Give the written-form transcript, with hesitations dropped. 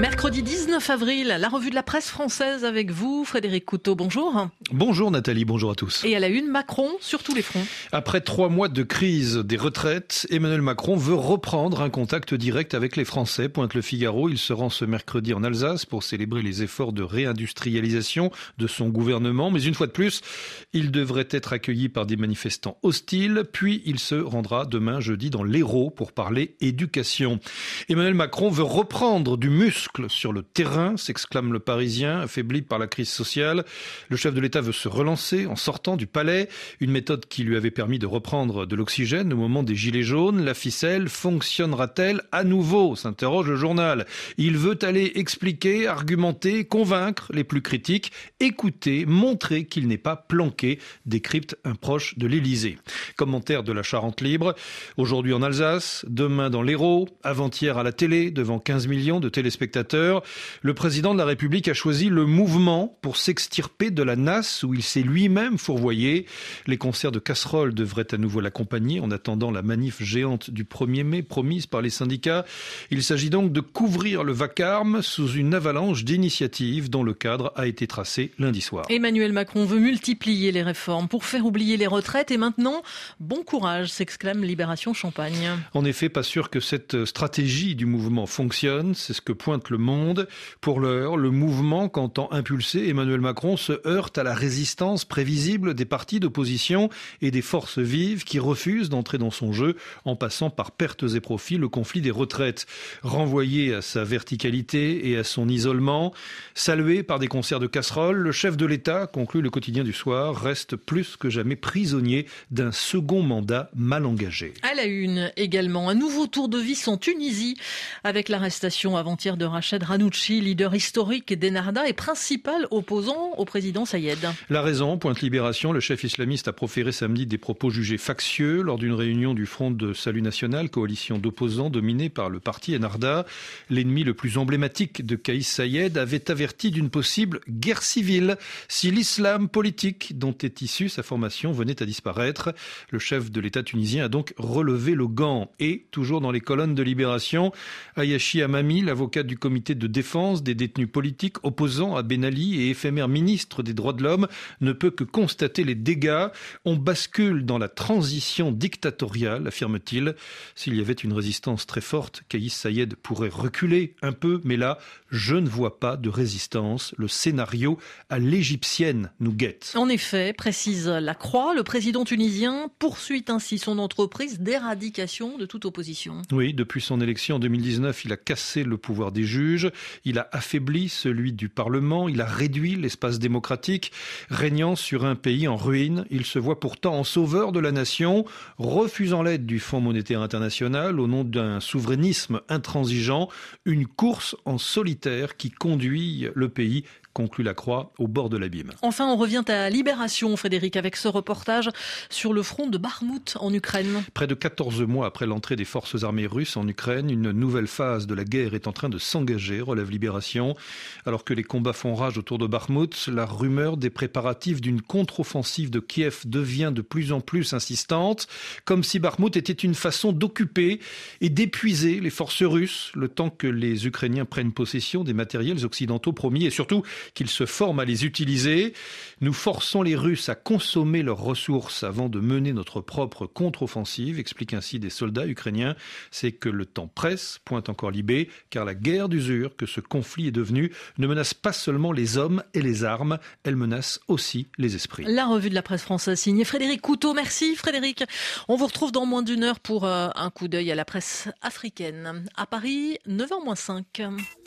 Mercredi 19 avril, la revue de la presse française avec vous, Frédéric Couteau, bonjour. Bonjour Nathalie, bonjour à tous. Et à la une, Macron sur tous les fronts. Après 3 mois de crise des retraites, Emmanuel Macron veut reprendre un contact direct avec les Français, pointe Le Figaro. Il se rend ce mercredi en Alsace pour célébrer les efforts de réindustrialisation de son gouvernement. Mais une fois de plus, il devrait être accueilli par des manifestants hostiles. Puis il se rendra demain jeudi dans l'Hérault pour parler éducation. Emmanuel Macron veut reprendre du muscle sur le terrain, s'exclame le Parisien, affaibli par la crise sociale. Le chef de l'État veut se relancer en sortant du palais, une méthode qui lui avait permis de reprendre de l'oxygène au moment des Gilets jaunes. La ficelle fonctionnera-t-elle à nouveau, s'interroge le journal. Il veut aller expliquer, argumenter, convaincre les plus critiques, écouter, montrer qu'il n'est pas planqué, décrypte un proche de l'Élysée. Commentaire de la Charente libre, aujourd'hui en Alsace, demain dans l'Hérault, avant-hier à la télé, devant 15 millions de téléspectateurs. Le président de la République a choisi le mouvement pour s'extirper de la nasse où il s'est lui-même fourvoyé. Les concerts de casseroles devraient à nouveau l'accompagner en attendant la manif géante du 1er mai promise par les syndicats. Il s'agit donc de couvrir le vacarme sous une avalanche d'initiatives dont le cadre a été tracé lundi soir. Emmanuel Macron veut multiplier les réformes pour faire oublier les retraites et maintenant, bon courage, s'exclame Libération Champagne. En effet, pas sûr que cette stratégie du mouvement fonctionne, c'est ce que pointe Le Monde. Pour l'heure, le mouvement qu'entend impulser Emmanuel Macron se heurte à la résistance prévisible des partis d'opposition et des forces vives qui refusent d'entrer dans son jeu en passant par pertes et profits le conflit des retraites. Renvoyé à sa verticalité et à son isolement, salué par des concerts de casseroles, le chef de l'État, conclut le quotidien du soir, reste plus que jamais prisonnier d'un second mandat mal engagé. À la une également, un nouveau tour de vis en Tunisie avec l'arrestation avant-hier de Rached Ghannouchi, leader historique d'Ennahda et principal opposant au président Sayed. La raison, pointe Libération, le chef islamiste a proféré samedi des propos jugés factieux lors d'une réunion du Front de Salut National, coalition d'opposants dominée par le parti Ennahda. L'ennemi le plus emblématique de Kais Sayed avait averti d'une possible guerre civile si l'islam politique dont est issue sa formation venait à disparaître. Le chef de l'État tunisien a donc relevé le gant et, toujours dans les colonnes de Libération, Ayachi Amami, l'avocat du comité de défense des détenus politiques opposant à Ben Ali et éphémère ministre des droits de l'homme, ne peut que constater les dégâts. On bascule dans la transition dictatoriale, affirme-t-il. S'il y avait une résistance très forte, Kais Sayed pourrait reculer un peu, mais là, je ne vois pas de résistance. Le scénario à l'égyptienne nous guette. En effet, précise La Croix, le président tunisien poursuit ainsi son entreprise d'éradication de toute opposition. Oui, depuis son élection en 2019, il a cassé le pouvoir des juges, il a affaibli celui du Parlement, il a réduit l'espace démocratique, régnant sur un pays en ruine. Il se voit pourtant en sauveur de la nation, refusant l'aide du Fonds monétaire international au nom d'un souverainisme intransigeant, une course en solitaire qui conduit le pays, conclut La Croix, au bord de l'abîme. Enfin, on revient à Libération, Frédéric, avec ce reportage sur le front de Bakhmout en Ukraine. Près de 14 mois après l'entrée des forces armées russes en Ukraine, une nouvelle phase de la guerre est en train de s'engager, relève Libération. Alors que les combats font rage autour de Bakhmout, la rumeur des préparatifs d'une contre-offensive de Kiev devient de plus en plus insistante, comme si Bakhmout était une façon d'occuper et d'épuiser les forces russes, le temps que les Ukrainiens prennent possession des matériels occidentaux promis et surtout qu'ils se forment à les utiliser. Nous forçons les Russes à consommer leurs ressources avant de mener notre propre contre-offensive, expliquent ainsi des soldats ukrainiens. C'est que le temps presse, pointe encore Libé, car la guerre d'usure que ce conflit est devenu ne menace pas seulement les hommes et les armes, elle menace aussi les esprits. La revue de la presse française signée Frédéric Couteau. Merci Frédéric. On vous retrouve dans moins d'une heure pour un coup d'œil à la presse africaine. À Paris, 9h-5.